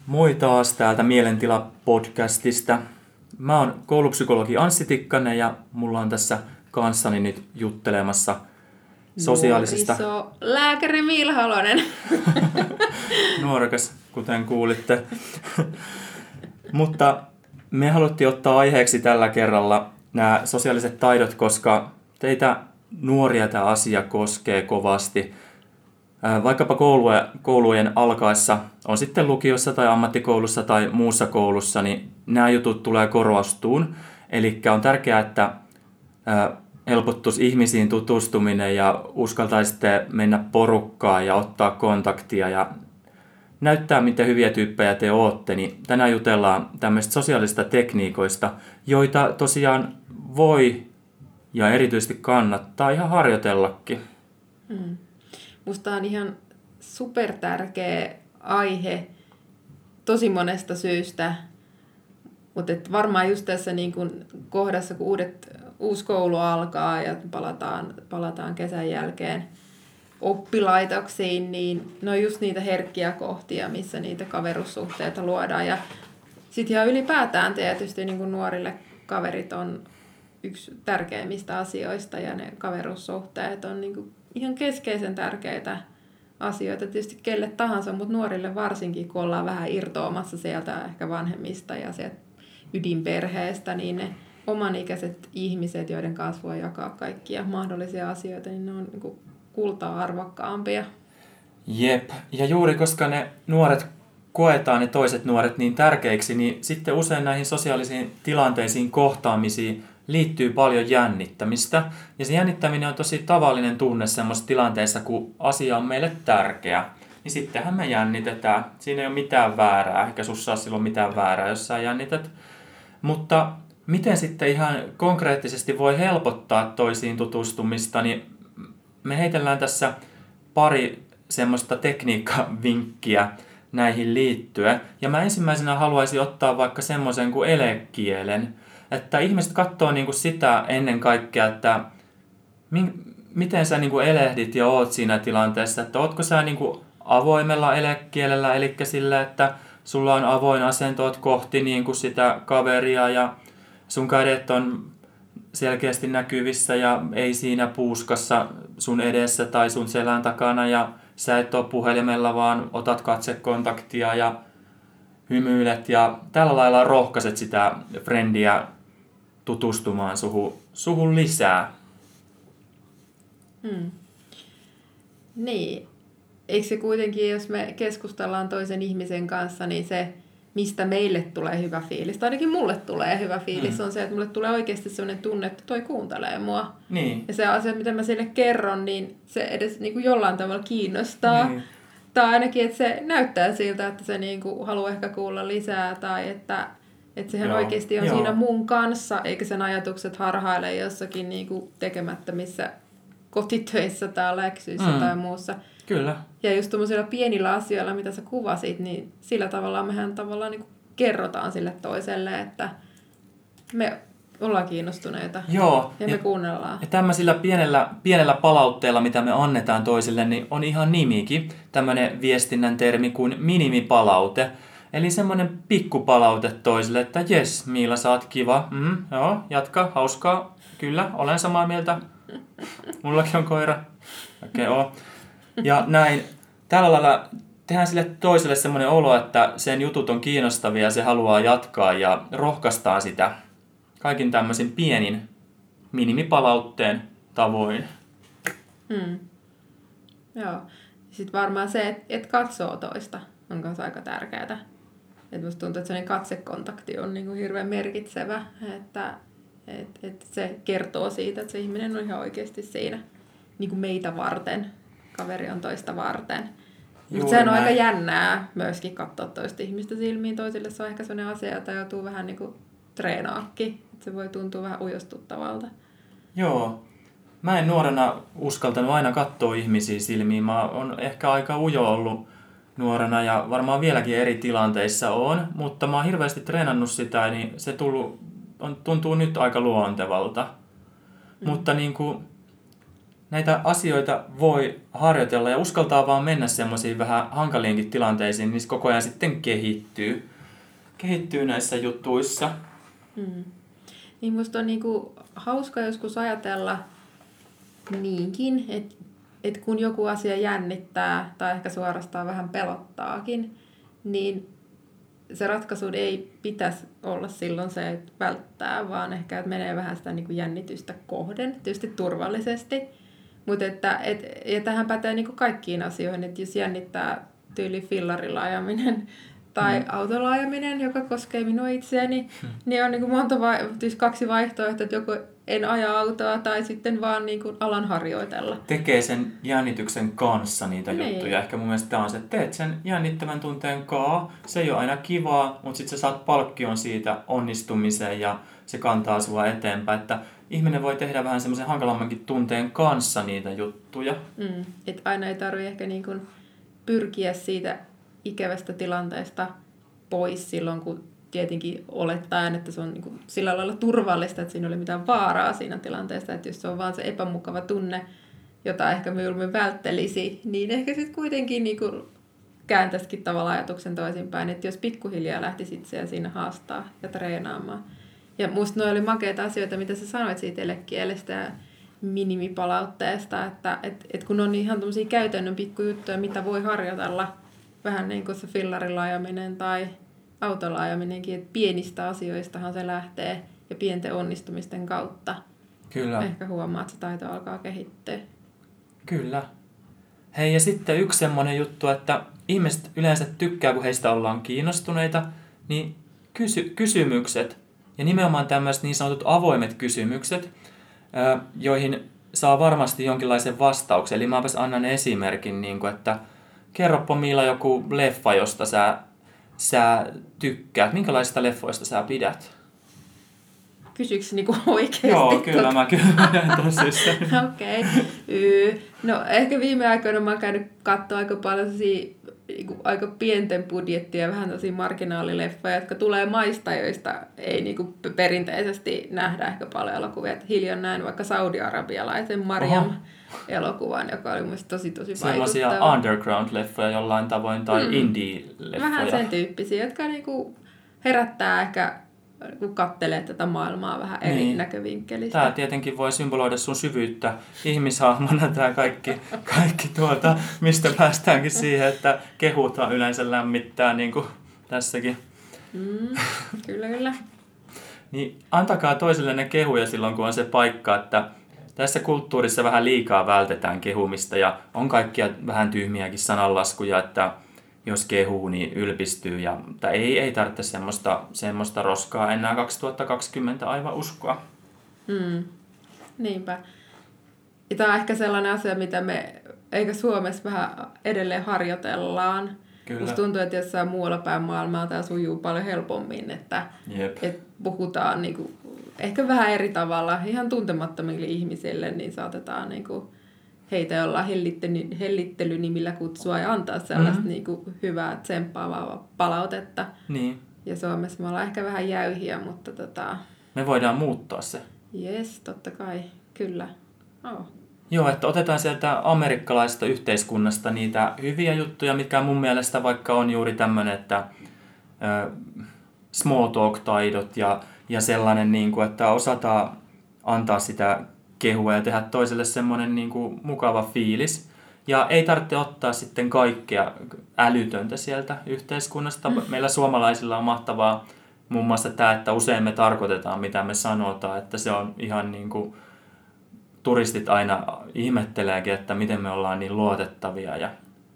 Moi taas täältä Mielentila-podcastista. Mä oon koulupsykologi Anssi Tikkanen ja mulla on tässä kanssani nyt juttelemassa sosiaalisesta... Lääkäri Miila Halonen. Nuorekas, kuten kuulitte. Mutta me haluttiin ottaa aiheeksi tällä kerralla nämä sosiaaliset taidot, koska teitä nuoria tämä asia koskee kovasti. Vaikkapa koulujen alkaessa, on sitten lukiossa tai ammattikoulussa tai muussa koulussa, niin nämä jutut tulee korostuun. Eli on tärkeää, että helpottuisi ihmisiin tutustuminen ja uskaltaisitte mennä porukkaan ja ottaa kontaktia ja näyttää, miten hyviä tyyppejä te ootte. Niin tänään jutellaan tämmöistä sosiaalisista tekniikoista, joita tosiaan voi ja erityisesti kannattaa ihan harjoitellakin. Musta on ihan supertärkeä aihe tosi monesta syystä, mutta varmaan just tässä niin kun kohdassa, kun uusi koulu alkaa ja palataan kesän jälkeen oppilaitoksiin, niin ne on just niitä herkkiä kohtia, missä niitä kaverussuhteita luodaan. Ja sitten ihan ylipäätään tietysti niin kun nuorille kaverit on yksi tärkeimmistä asioista ja ne kaverussuhteet on niin kun ihan keskeisen tärkeitä asioita tietysti kelle tahansa, mutta nuorille varsinkin, kun ollaan vähän irtoamassa sieltä ehkä vanhemmista ja sieltä ydinperheestä, niin ne omanikäiset ihmiset, joiden kanssa voi jakaa kaikkia mahdollisia asioita, niin ne on niin kuin kultaa arvokkaampia. Jep, ja juuri koska ne nuoret koetaan ne toiset nuoret niin tärkeiksi, niin sitten usein näihin sosiaalisiin tilanteisiin, kohtaamisiin liittyy paljon jännittämistä. Ja se jännittäminen on tosi tavallinen tunne semmoisessa tilanteessa, kun asia on meille tärkeä. Niin sittenhän me jännitetään. Siinä ei ole mitään väärää, eikä sussa ole silloin mitään väärää, jos sä jännität. Mutta miten sitten ihan konkreettisesti voi helpottaa toisiin tutustumista, niin me heitellään tässä pari semmoista tekniikkavinkkiä näihin liittyen. Ja mä ensimmäisenä haluaisin ottaa vaikka semmoisen kuin elekielen. Että ihmiset katsoo niinku sitä ennen kaikkea, että miten sä niinku elehdit ja oot siinä tilanteessa. Että ootko sä niinku avoimella elekielellä, eli sillä, että sulla on avoin asento, oot kohti niinku sitä kaveria ja sun kädet on selkeästi näkyvissä ja ei siinä puuskassa sun edessä tai sun selän takana ja sä et ole puhelimella, vaan otat katsekontaktia ja hymyilet ja tällä lailla rohkaiset sitä frendiä tutustumaan suhun lisää. Niin. Eikö se kuitenkin, jos me keskustellaan toisen ihmisen kanssa, niin se, mistä meille tulee hyvä fiilis, tai ainakin mulle tulee hyvä fiilis, on se, että mulle tulee oikeasti sellainen tunne, että toi kuuntelee mua. Niin. Ja se asia, mitä mä sille kerron, niin se edes niin kuin jollain tavalla kiinnostaa. Niin. Tai ainakin, että se näyttää siltä, että se niin kuin haluaa ehkä kuulla lisää, tai että sehän oikeasti on siinä mun kanssa, eikä sen ajatukset harhaile jossakin niin kuin tekemättömissä kotitöissä tai läksyissä tai muussa. Kyllä. Ja just tuollaisilla pienillä asioilla, mitä sä kuvasit, niin sillä tavalla mehän tavallaan niin kuin kerrotaan sille toiselle, että me ollaan kiinnostuneita. Joo. Ja me kuunnellaan. Ja tämmöisillä pienellä palautteella, mitä me annetaan toisille, niin on ihan nimikin. Tämmöinen viestinnän termi kuin minimipalaute. Eli semmoinen pikkupalaute toisille, että jes, Miila, sä oot kiva. Joo, jatka, hauskaa. Kyllä, olen samaa mieltä. Mullakin on koira. Okei, Ja näin, tällä lailla tehdään sille toiselle semmoinen olo, että sen jutut on kiinnostavia ja se haluaa jatkaa ja rohkaistaan sitä kaikin tämmöisin pienin minimipalautteen tavoin. Joo. Sitten varmaan se, että katsoo toista on myös aika tärkeää. Että musta tuntuu, että sellainen katsekontakti on niin kuin hirveän merkitsevä, että se kertoo siitä, että se ihminen on ihan oikeasti siinä niin kuin meitä varten. Kaveri on toista varten. Mutta sehän on aika jännää myöskin katsoa toista ihmistä silmiin. Toisille se on ehkä sellainen asia, jota joutuu vähän niin kuin treenaakin. Se voi tuntua vähän ujostuttavalta. Joo. Mä en nuorena uskaltanut aina katsoa ihmisiä silmiin. Mä oon ehkä aika ujo ollut nuorena ja varmaan vieläkin eri tilanteissa on. Mutta mä oon hirveästi treenannut sitä, niin se tuntuu nyt aika luontevalta. Mutta niin kuin näitä asioita voi harjoitella ja uskaltaa vaan mennä semmoisiin vähän hankaliinkin tilanteisiin, niin koko ajan sitten kehittyy näissä jutuissa. Niin musta on niinku hauska joskus ajatella niinkin, että kun joku asia jännittää tai ehkä suorastaan vähän pelottaakin, niin se ratkaisu ei pitäisi olla silloin se, että välttää, vaan ehkä että menee vähän sitä niin kuin jännitystä kohden, tietysti turvallisesti. Mutta ja tähän pätee niin kuin kaikkiin asioihin, että jos jännittää tyyli fillarilla ajaminen tai autolla ajaminen, joka koskee minua itseäni, niin on niin kuin kaksi vaihtoehtoa, että joko en aja autoa tai sitten vaan niin kuin alan harjoitella. Tekee sen jännityksen kanssa niitä juttuja. Ehkä mun mielestä tämä on se, että teet sen jännittävän tunteen kaa. Se ei ole aina kivaa, mutta sitten sä saat palkkion siitä onnistumiseen ja se kantaa sua eteenpäin. Että ihminen voi tehdä vähän semmoisen hankalammankin tunteen kanssa niitä juttuja. Että aina ei tarvitse ehkä niin kuin pyrkiä siitä ikävästä tilanteesta pois silloin, kun tietenkin olettaen, että se on niin kuin sillä lailla turvallista, että siinä ei ole mitään vaaraa siinä tilanteessa. Että jos se on vaan se epämukava tunne, jota ehkä mieluummin välttelisi, niin ehkä sitten kuitenkin niin kuin kääntäisikin tavallaan ajatuksen toisinpäin, että jos pikkuhiljaa lähtisi itseä siinä haastaa ja treenaamaan. Ja musta noi oli makeita asioita, mitä sä sanoit siitä elekielestä ja minimipalautteesta, että kun on ihan tämmöisiä käytännön pikkujuttuja, mitä voi harjoitella, vähän niin kuin se fillarilla ajaminen tai autolla ajaminenkin, että pienistä asioistahan se lähtee ja pienten onnistumisten kautta. Kyllä. Ehkä huomaa, että se taito alkaa kehittyä. Kyllä. Hei, ja sitten yksi semmoinen juttu, että ihmiset yleensä tykkää, kun heistä ollaan kiinnostuneita, niin kysymykset ja nimenomaan tämmöiset niin sanotut avoimet kysymykset, joihin saa varmasti jonkinlaisen vastauksen. Eli mäpäs annan esimerkin, niin kuin, että kerropa Miila joku leffa, josta sä tykkäät. Minkälaisista leffoista sä pidät? Kysyykö niinku oikeasti? Joo, kyllä mä kyllä tosissaan. Okei. No ehkä viime aikoina mä oon käynyt katsoa aika paljon aika pienten budjettia ja vähän tosi marginaalileffoja, jotka tulee maista, joista ei niinku perinteisesti nähdä ehkä paljon elokuvia. Hiljan näin vaikka saudi-arabialaisen Mariam-elokuvan, joka oli mielestäni tosi vaikuttava. Sellaisia underground-leffoja jollain tavoin tai indie-leffoja. Vähän sen tyyppisiä, jotka niinku herättää ehkä, kun katselee tätä maailmaa vähän eri näkövinkkelistä. Tämä tietenkin voi symboloida sun syvyyttä ihmishahmona, tämä kaikki mistä päästäänkin siihen, että kehutaan yleensä lämmittää, niin kuin tässäkin. Kyllä. Niin antakaa toisillenne kehuja silloin, kun on se paikka, että tässä kulttuurissa vähän liikaa vältetään kehumista ja on kaikkia vähän tyhmiäkin sananlaskuja, että jos kehuu, niin ylpistyy. Mutta ei tarvitse semmoista roskaa enää 2020 aivan uskoa. Niinpä. Ja tämä on ehkä sellainen asia, mitä me eikä Suomessa vähän edelleen harjoitellaan. Kyllä. Musta tuntuu, että jossain muualla päin maailmaa tämä sujuu paljon helpommin, että puhutaan niinku, ehkä vähän eri tavalla ihan tuntemattomille ihmisille, niin saatetaan niinku heitä jollain hellittelynimillä kutsua ja antaa sellaista niinku hyvää tsemppaavaa palautetta. Niin. Ja Suomessa me ollaan ehkä vähän jäyhiä, mutta me voidaan muuttaa se. Jes, totta kai. Kyllä. Joo, että otetaan sieltä amerikkalaisesta yhteiskunnasta niitä hyviä juttuja, mitkä mun mielestä vaikka on juuri tämmöinen, että small talk-taidot ja sellainen, niin kuin, että osataan antaa sitä kehua ja tehdä toiselle semmoinen niin kuin mukava fiilis. Ja ei tarvitse ottaa sitten kaikkea älytöntä sieltä yhteiskunnasta. Meillä suomalaisilla on mahtavaa muun muassa tämä, että usein me tarkoitetaan, mitä me sanotaan, että se on ihan niin kuin turistit aina ihmetteleekin, että miten me ollaan niin luotettavia. Ja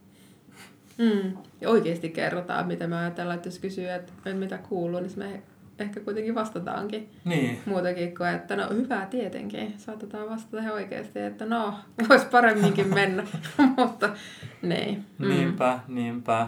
oikeasti kerrotaan, mitä me ajatellaan, että jos kysyy, että mitä kuuluu, niin me ehkä kuitenkin vastataankin. Niin. Muutakin kuin, että no hyvä tietenkin. Saatetaan vastata ihan oikeasti, että no, voisi paremminkin mennä. Mutta niin. Niinpä.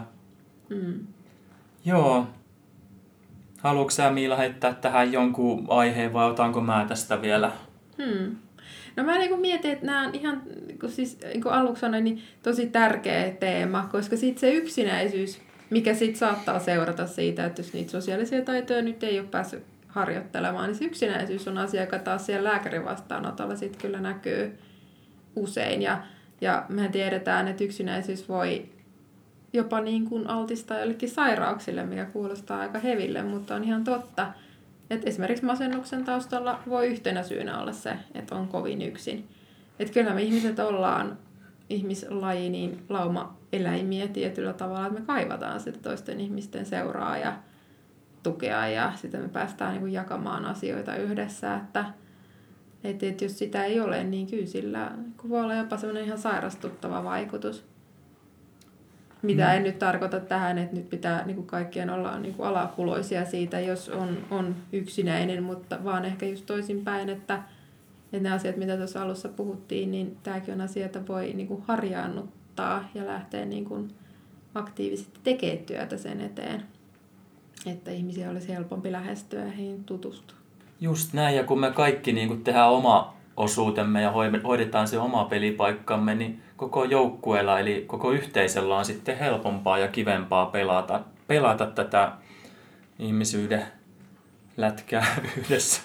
Joo. Haluatko sä Miila heittää tähän jonkun aiheen vai otanko mä tästä vielä? No mä mietin, että nämä on ihan, niin kuin aluksi sanoin, niin tosi tärkeä teema, koska sitten se yksinäisyys, mikä sitten saattaa seurata siitä, että jos niitä sosiaalisia taitoja nyt ei ole päässyt harjoittelemaan, niin se yksinäisyys on asia, joka taas siellä lääkärin vastaanotolla sitten kyllä näkyy. usein. Ja mehän tiedetään, että yksinäisyys voi jopa niin kuin altistaa jollekin sairauksille, mikä kuulostaa aika heville, mutta on ihan totta, että esimerkiksi masennuksen taustalla voi yhtenä syynä olla se, että on kovin yksin. Että kyllä me ihmiset ollaan ihmislaji niin lauma-eläimiä tietyllä tavalla, että me kaivataan sitä toisten ihmisten seuraa ja tukea ja sitten me päästään niin kuin jakamaan asioita yhdessä, että jos sitä ei ole, niin kyllä sillä voi olla jopa sellainen ihan sairastuttava vaikutus. Mitä en nyt tarkoita tähän, että nyt pitää niin kuin kaikkien olla niin kuin alakuloisia siitä, jos on yksinäinen, mutta vaan ehkä just toisinpäin, että ne asiat, mitä tuossa alussa puhuttiin, niin tämäkin on asia, että voi niin kuin harjaannuttaa ja lähteä niin kuin aktiivisesti tekemään työtä sen eteen, että ihmisiä olisi helpompi lähestyä ja heihin tutustua. Just näin, ja kun me kaikki niin kuin tehdään oma osuutemme ja hoidetaan se oma pelipaikkamme, niin koko joukkueella eli koko yhteisöllä on sitten helpompaa ja kivempaa pelata tätä ihmisyyden lätkää yhdessä.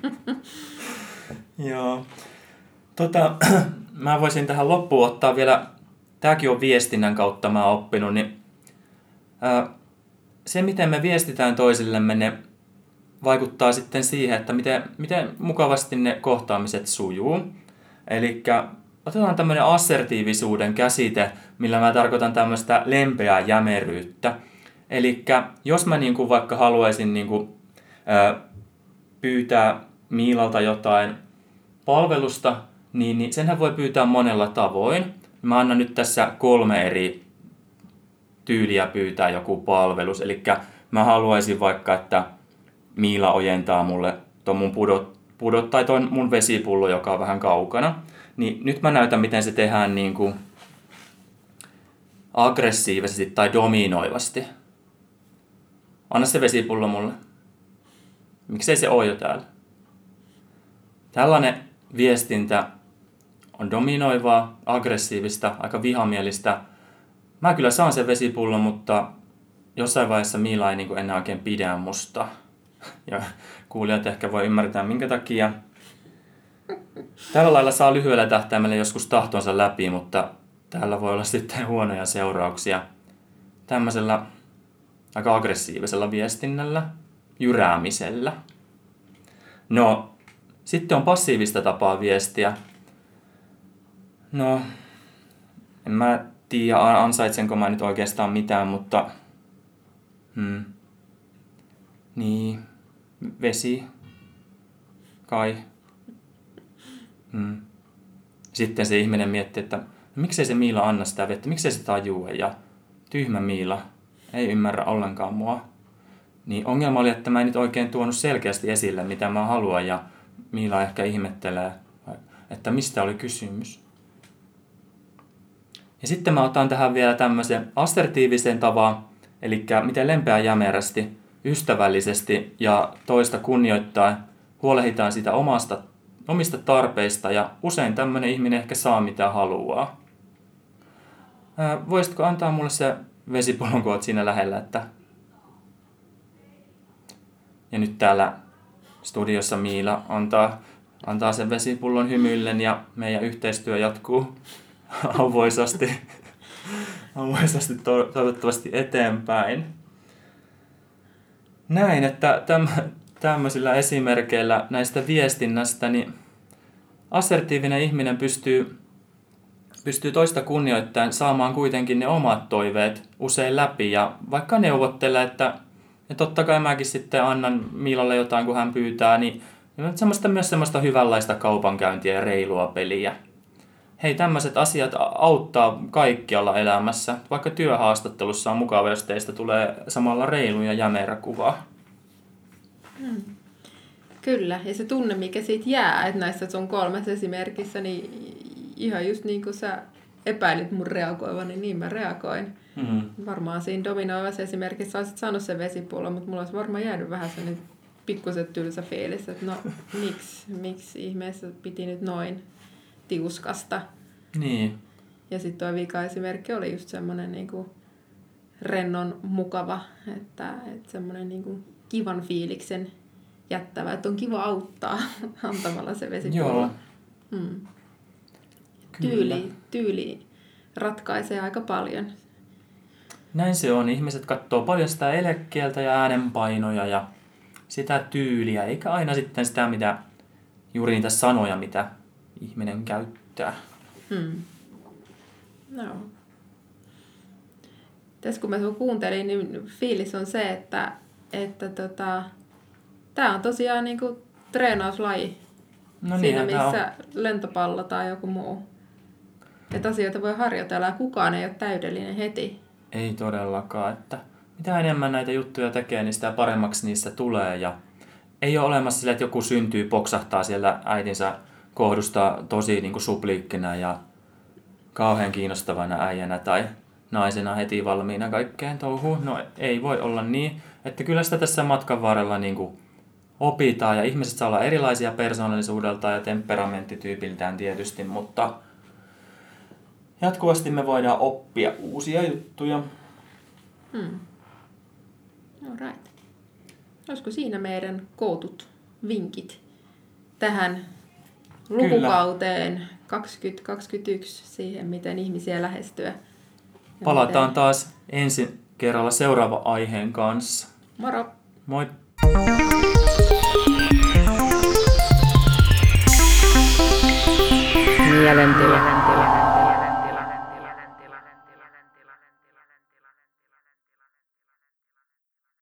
Joo. Mä voisin tähän loppuun ottaa vielä, tämäkin on viestinnän kautta mä oon oppinut, niin se miten me viestitään toisillemme, ne vaikuttaa sitten siihen, että miten mukavasti ne kohtaamiset sujuu. Eli otetaan tämmöinen assertiivisuuden käsite, millä mä tarkoitan tämmöistä lempeää jämeryyttä. Eli jos mä niin kuin vaikka haluaisin niin kuin, pyytää Miilalta jotain palvelusta, niin senhän voi pyytää monella tavoin. Mä annan nyt tässä 3 eri tyyliä pyytää joku palvelus. Eli mä haluaisin vaikka, että Miila ojentaa mulle tuon mun tai tuon mun vesipullo, joka on vähän kaukana. Niin nyt mä näytän, miten se tehdään niin kuin aggressiivisesti tai dominoivasti. Anna se vesipullo mulle. Miksei se ole jo täällä? Tällainen viestintä on dominoivaa, aggressiivista, aika vihamielistä. Mä kyllä saan sen vesipullon, mutta jossain vaiheessa Miila ei niin kuin enää oikein pidä musta. Ja kuulijat ehkä voi ymmärtää minkä takia. Tällä lailla saa lyhyellä tähtäimellä joskus tahtonsa läpi, mutta täällä voi olla sitten huonoja seurauksia tämmöisellä aika aggressiivisella viestinnällä, jyräämisellä. No, sitten on passiivista tapaa viestiä. No, en mä tiedä ansaitsenko mä nyt oikeastaan mitään, mutta niin, vesi, kai. Sitten se ihminen miettii, että miksei se Miila anna sitä vettä, miksei se tajua ja tyhmä Miila ei ymmärrä ollenkaan mua. Niin ongelma oli, että mä en nyt oikein tuonut selkeästi esille, mitä mä haluan ja Miila ehkä ihmettelee, että mistä oli kysymys. Ja sitten mä otan tähän vielä tämmöisen assertiivisen tavan, eli miten lempeää jämerästi, ystävällisesti ja toista kunnioittaa, huolehditaan sitä omista tarpeista ja usein tämmöinen ihminen ehkä saa mitä haluaa. Voisitko antaa mulle se vesipullon, kun oot siinä lähellä, että... Ja nyt täällä studiossa Miila antaa sen vesipullon hymyillen ja meidän yhteistyö jatkuu auvoisasti toivottavasti eteenpäin. Näin, että tämmöisillä esimerkkeillä näistä viestinnästä, niin assertiivinen ihminen pystyy toista kunnioittaen saamaan kuitenkin ne omat toiveet usein läpi ja vaikka neuvottelee, että totta kai mäkin sitten annan Miilalle jotain, kun hän pyytää, niin myös semmoista hyvänlaista kaupankäyntiä ja reilua peliä. Hei, tämmöiset asiat auttaa kaikkialla elämässä. Vaikka työhaastattelussa on mukava, jos teistä tulee samalla reilu ja jämerä kuva. Kyllä, ja se tunne, mikä siitä jää, että näissä sun 3 esimerkissä, niin ihan just niin kuin sä epäilit mun reagoivan, niin mä reagoin. Varmaan siinä dominoivassa esimerkissä olisit saanut sen vesipullon, mutta mulla olisi varmaan jäänyt vähän sellainen pikkusen tylsä fiilis, että no miksi ihmeessä piti nyt noin tiuskasta. Niin. Ja sitten tuo vika-esimerkki oli just semmoinen niinku rennon mukava, että semmoinen niinku kivan fiiliksen jättävä, että on kiva auttaa antamalla se vesipullo. Joo. tyyli ratkaisee aika paljon. Näin se on. Ihmiset katsoo paljon sitä elekieltä ja äänenpainoja ja sitä tyyliä, eikä aina sitten sitä, juuri niitä sanoja, mitä ihminen käyttää. No. Tässä kun mä sun kuuntelin, niin fiilis on se, että tää on tosiaan niinku treenauslaji. No siinä missä lentopallo tai joku muu. Että asioita voi harjoitella ja kukaan ei ole täydellinen heti. Ei todellakaan. Että mitä enemmän näitä juttuja tekee, niin sitä paremmaksi niistä tulee. Ja ei ole olemassa sille, että joku syntyy, poksahtaa siellä äitinsä kohdusta tosi niin kuin supliikkinä ja kauhean kiinnostavana äijänä tai naisena heti valmiina kaikkeen touhuun. No ei voi olla niin, että kyllä sitä tässä matkan varrella niin kuin opitaan ja ihmiset saa olla erilaisia persoonallisuudelta ja temperamenttityypiltään tietysti, mutta jatkuvasti me voidaan oppia uusia juttuja. Alright. Olisiko siinä meidän kootut vinkit tähän lukukauteen 2021 siihen, miten ihmisiä lähestyä? Palataan taas ensi kerralla seuraava aiheen kanssa. Moro! Moi! Mielentila.